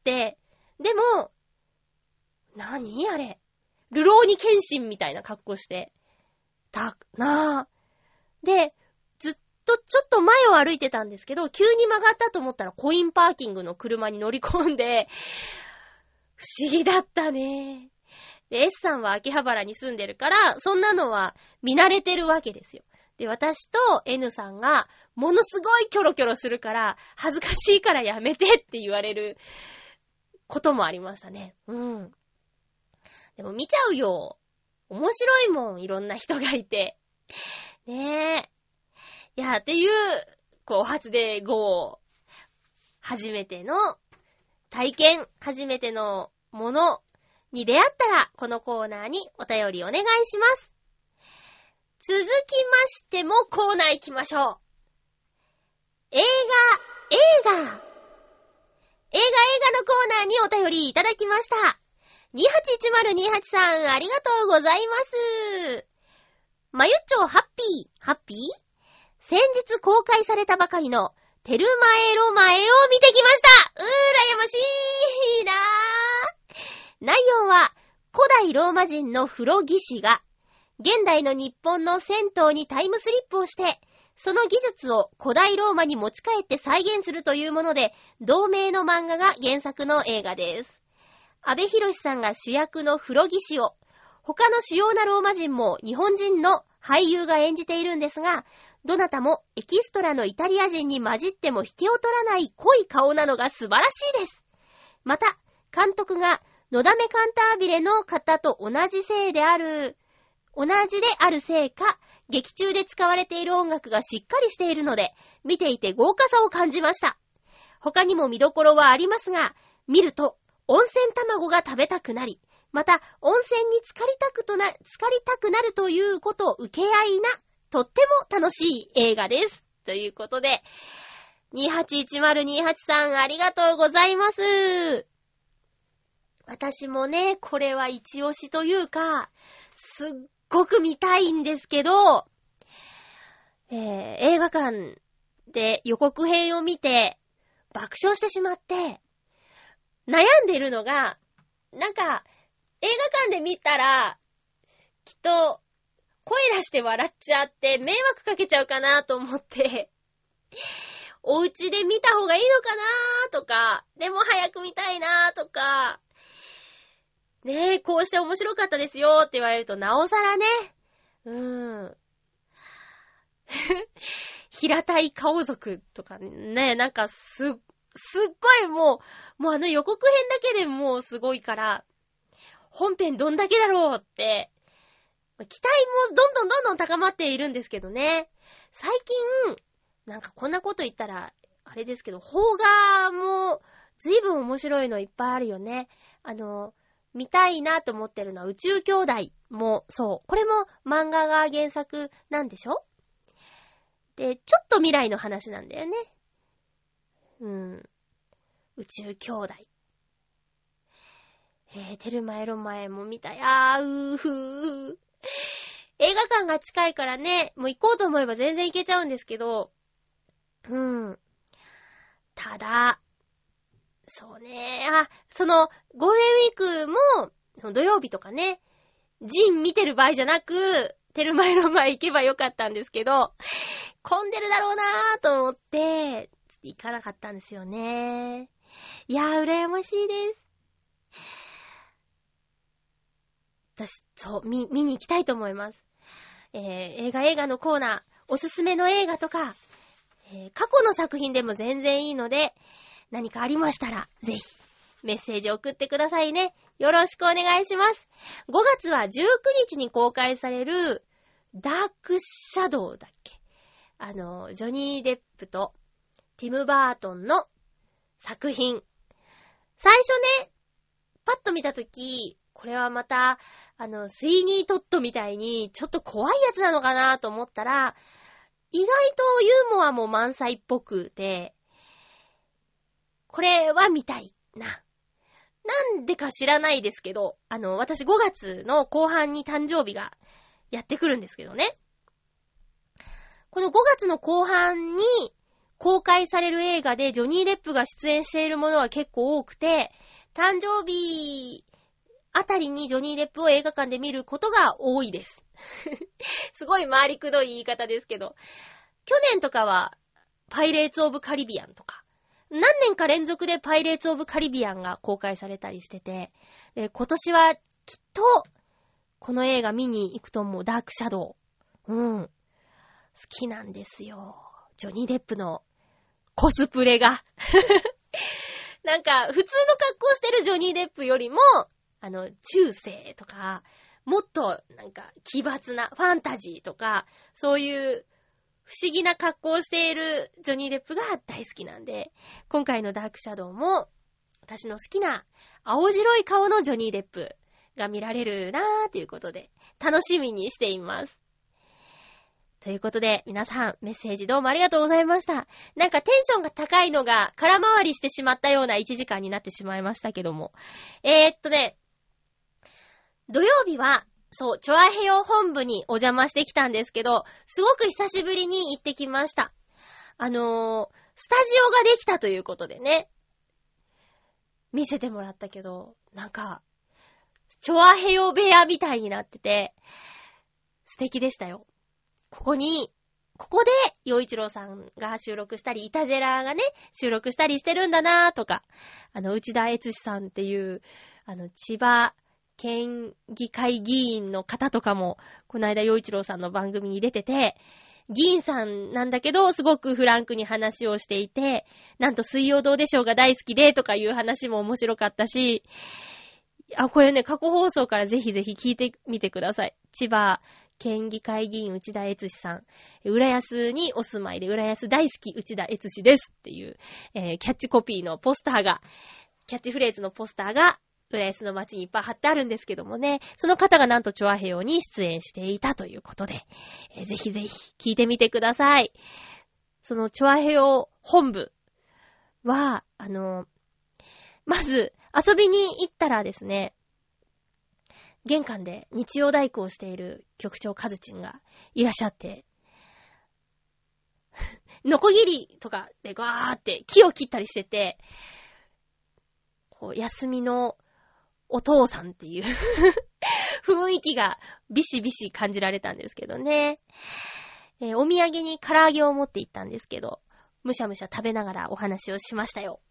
でも、何あれ。ルローニケンシンみたいな格好して、たなぁ。で、ずっとちょっと前を歩いてたんですけど、急に曲がったと思ったらコインパーキングの車に乗り込んで、不思議だったね。で、S さんは秋葉原に住んでるから、そんなのは見慣れてるわけですよ。で、私と N さんが、ものすごいキョロキョロするから、恥ずかしいからやめてって言われることもありましたね。でも見ちゃうよ。面白いもん、いろんな人がいて。ねえ。いや、っていう、こう、初で5、初めての体験、初めてのものに出会ったら、このコーナーにお便りお願いします。続きましてもコーナー行きましょう。映画のコーナーにお便りいただきました。281028さん、ありがとうございます。 まゆっちょハッピー先日公開されたばかりのテルマエロマエを見てきました。羨ましいなぁ。内容は古代ローマ人の風呂技師が現代の日本の銭湯にタイムスリップをしてその技術を古代ローマに持ち帰って再現するというもので、同名の漫画が原作の映画です。阿部寛さんが主役の風呂技師を、他の主要なローマ人も日本人の俳優が演じているんですが、どなたもエキストラのイタリア人に混じっても引けを取らない濃い顔なのが素晴らしいです。また、監督がのだめカンタービレの方と同じであるせいか、劇中で使われている音楽がしっかりしているので、見ていて豪華さを感じました。他にも見どころはありますが、見ると温泉卵が食べたくなり、また温泉に浸かりたくなるということを受け合いな、とっても楽しい映画です。ということで、281028さんありがとうございます。私もね、これは一押しというか、すっごく見たいんですけど、映画館で予告編を見て爆笑してしまって悩んでるのが、なんか映画館で見たらきっと声出して笑っちゃって迷惑かけちゃうかなと思ってお家で見た方がいいのかなとか、でも早く見たいなとかねえ、こうして面白かったですよって言われるとなおさらね。平たい顔族とかね、なんかすっごいもうあの予告編だけでもうすごいから、本編どんだけだろうって、期待もどんどん高まっているんですけどね。最近、なんかこんなこと言ったら、あれですけど、邦画も随分面白いのいっぱいあるよね。見たいなと思ってるのは宇宙兄弟もそう。これも漫画が原作なんでしょ？で、ちょっと未来の話なんだよね。宇宙兄弟。テルマエロマエも見たい。映画館が近いからね、もう行こうと思えば全然行けちゃうんですけど、ただ、そうね。その、ゴールデンウィークも、土曜日とかね、ジン見てる場合じゃなく、テルマエロマエ行けばよかったんですけど、混んでるだろうなーと思って、行かなかったんですよね。いやー、羨ましいです。私、見に行きたいと思います。映画のコーナー、おすすめの映画とか、過去の作品でも全然いいので、何かありましたら、ぜひ、メッセージ送ってくださいね。よろしくお願いします。5月は19日に公開される、ダークシャドウだっけ？ジョニー・デップとティム・バートンの作品。最初ね、パッと見たとき、これはまた、スイーニー・トッドみたいに、ちょっと怖いやつなのかなと思ったら、意外とユーモアも満載っぽくて、これは見たいな。なんでか知らないですけど、私5月の後半に誕生日がやってくるんですけどね。この5月の後半に公開される映画でジョニー・デップが出演しているものは結構多くて、誕生日あたりにジョニー・デップを映画館で見ることが多いです。すごい回りくどい言い方ですけど、去年とかはパイレーツ・オブ・カリビアンとか、何年か連続でパイレーツ・オブ・カリビアンが公開されたりしてて、今年はきっとこの映画見に行くと思う。ダークシャドウ。好きなんですよ。ジョニー・デップのコスプレが。なんか普通の格好してるジョニー・デップよりも、中世とか、もっとなんか奇抜なファンタジーとか、そういう不思議な格好をしているジョニー・デップが大好きなんで、今回のダークシャドウも私の好きな青白い顔のジョニー・デップが見られるなーということで楽しみにしています。ということで皆さんメッセージどうもありがとうございました。なんかテンションが高いのが空回りしてしまったような1時間になってしまいましたけども。土曜日はそう、チョアヘヨ本部にお邪魔してきたんですけど、すごく久しぶりに行ってきました。スタジオができたということでね、見せてもらったけど、なんか、チョアヘヨ部屋みたいになってて、素敵でしたよ。ここで、陽一郎さんが収録したり、イタジェラがね、収録したりしてるんだなーとか、内田悦司さんっていう、千葉県議会議員の方とかも、この間陽一郎さんの番組に出てて、議員さんなんだけど、すごくフランクに話をしていて、なんと水曜どうでしょうが大好きで、とかいう話も面白かったし、これね、過去放送からぜひぜひ聞いてみてください。千葉県議会議員内田悦司さん。浦安にお住まいで、浦安大好き内田悦司ですっていう、キャッチコピーのポスターが、キャッチフレーズのポスターが、浦安の街にいっぱい貼ってあるんですけどもね、その方がなんとチョアヘヨに出演していたということで、ぜひぜひ聞いてみてください。そのチョアヘヨ本部は、まず遊びに行ったらですね、玄関で日曜大工をしている局長カズチンがいらっしゃって、ノコギリとかでガーって木を切ったりしてて、こう休みのお父さんっていう雰囲気がビシビシ感じられたんですけどね。お土産に唐揚げを持って行ったんですけど、むしゃむしゃ食べながらお話をしましたよ。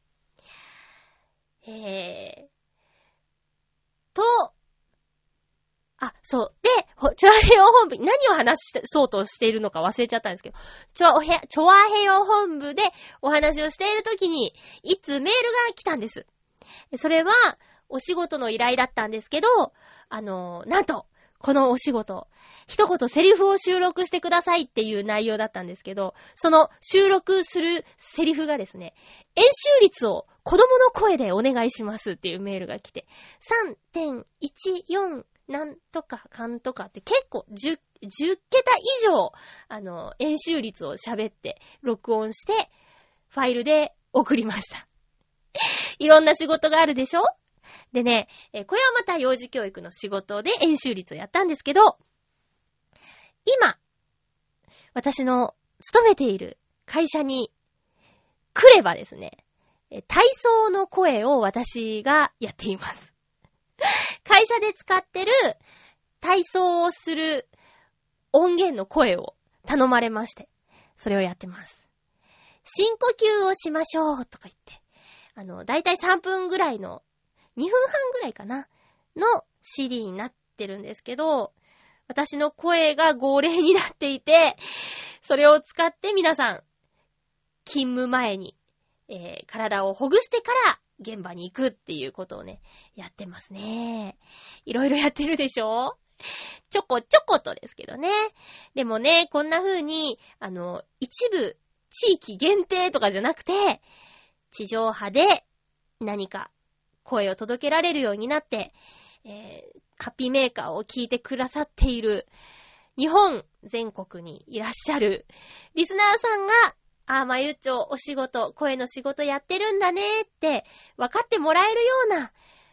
そう。で、チョアヘヨ本部、何を話そうとしているのか忘れちゃったんですけど、チョアヘヨ本部でお話をしているときに、いつメールが来たんです。それは、お仕事の依頼だったんですけど、なんと、このお仕事、一言セリフを収録してくださいっていう内容だったんですけど、その収録するセリフがですね、演習率を子供の声でお願いしますっていうメールが来て、3.14 なんとかかんとかって結構10桁以上、演習率を喋って、録音して、ファイルで送りました。いろんな仕事があるでしょ？でね、これはまた幼児教育の仕事で演習率をやったんですけど、今、私の勤めている会社に来ればですね、体操の声を私がやっています。会社で使ってる体操をする音源の声を頼まれまして、それをやってます。深呼吸をしましょうとか言って、だいたい3分ぐらいの、2分半ぐらいかなの CD になってるんですけど、私の声が号令になっていて、それを使って皆さん、勤務前に、体をほぐしてから現場に行くっていうことをね、やってますね。いろいろやってるでしょ？ちょこちょことですけどね。でもね、こんな風に、一部地域限定とかじゃなくて、地上波で何か声を届けられるようになって、ハッピーメーカーを聞いてくださっている日本全国にいらっしゃるリスナーさんが、まゆっちょお仕事、声の仕事やってるんだねって分かってもらえるような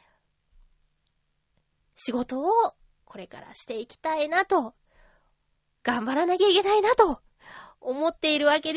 仕事をこれからしていきたいなと、頑張らなきゃいけないなと思っているわけです。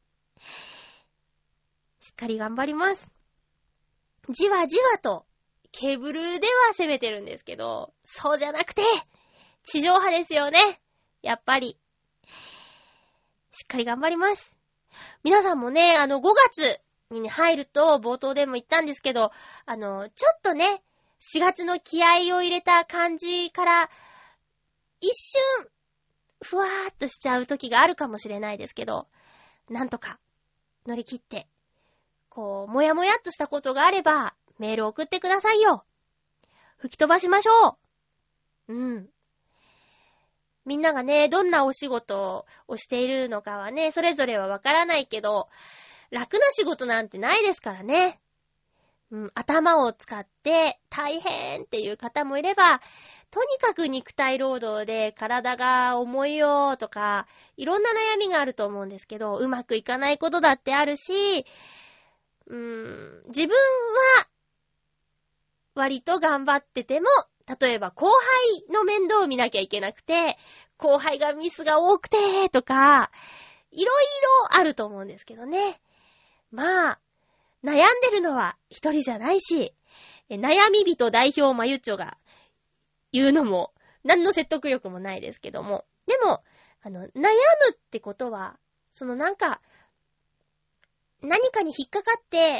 しっかり頑張ります。じわじわとケーブルでは攻めてるんですけど、そうじゃなくて地上波ですよね。やっぱりしっかり頑張ります。皆さんもね、5月に入ると冒頭でも言ったんですけど、ちょっとね、4月の気合を入れた感じから一瞬ふわーっとしちゃう時があるかもしれないですけど、なんとか乗り切って、こうもやもやっとしたことがあればメール送ってくださいよ。吹き飛ばしましょう。みんながね、どんなお仕事をしているのかはね、それぞれはわからないけど、楽な仕事なんてないですからね。頭を使って大変っていう方もいれば、とにかく肉体労働で体が重いよとか、いろんな悩みがあると思うんですけど、うまくいかないことだってあるし、自分は割と頑張ってても例えば後輩の面倒を見なきゃいけなくて、後輩がミスが多くて、とか、いろいろあると思うんですけどね。まあ、悩んでるのは一人じゃないし、悩み人代表まゆっちょが言うのも、何の説得力もないですけども。でも、悩むってことは、何かに引っかかって、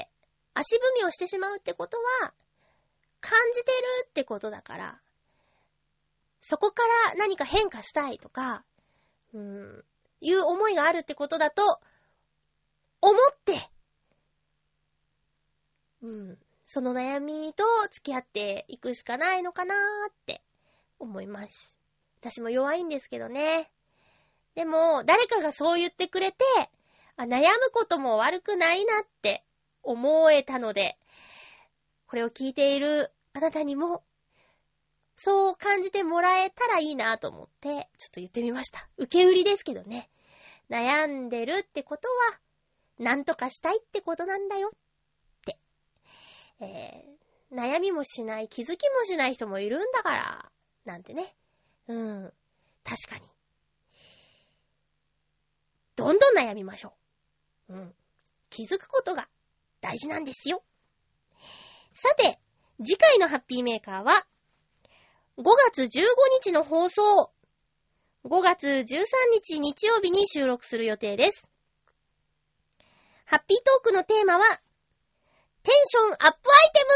足踏みをしてしまうってことは、感じてるってことだから、そこから何か変化したいとか、いう思いがあるってことだと、思って、その悩みと付き合っていくしかないのかなーって思います。私も弱いんですけどね。でも、誰かがそう言ってくれて、悩むことも悪くないなって思えたので、これを聞いているあなたにも、そう感じてもらえたらいいなと思って、ちょっと言ってみました。受け売りですけどね。悩んでるってことは、なんとかしたいってことなんだよって。悩みもしない、気づきもしない人もいるんだから、なんてね。確かに。どんどん悩みましょう。気づくことが大事なんですよ。さて、次回のハッピーメーカーは、5月15日の放送、5月13日日曜日に収録する予定です。ハッピートークのテーマは、テンションアップアイテ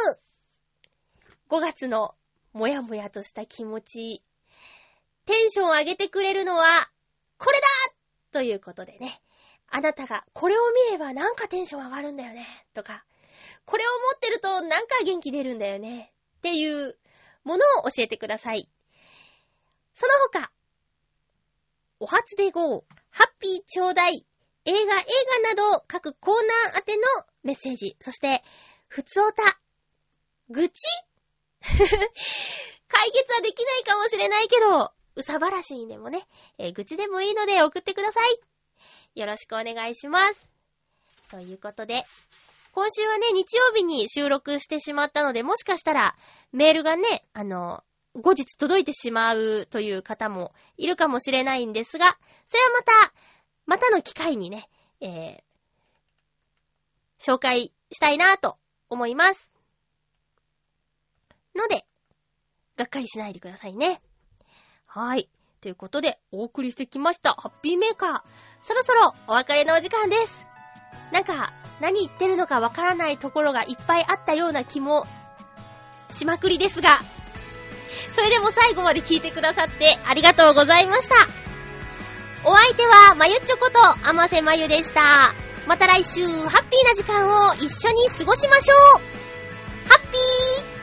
ム！ 5 月のもやもやとした気持ち、テンション上げてくれるのは、これだということでね、あなたがこれを見ればなんかテンション上がるんだよね、とか、これを持ってるとなんか元気出るんだよね、っていうものを教えてください。その他、お初で GO、ハッピーちょうだい、映画など各コーナー宛てのメッセージ、そしてふつおた、愚痴解決はできないかもしれないけど、うさばらしにでもね、愚痴でもいいので送ってください。よろしくお願いします。ということで、今週はね、日曜日に収録してしまったので、もしかしたらメールがね、後日届いてしまうという方もいるかもしれないんですが、それはまたの機会にね、紹介したいなと思います。ので、がっかりしないでくださいね。はい。ということで、お送りしてきました、ハッピーメーカー。そろそろお別れのお時間です。なんか、何言ってるのかわからないところがいっぱいあったような気もしまくりですが、それでも最後まで聞いてくださってありがとうございました。お相手は、まゆっちょこと、あませまゆでした。また来週、ハッピーな時間を一緒に過ごしましょう。ハッピー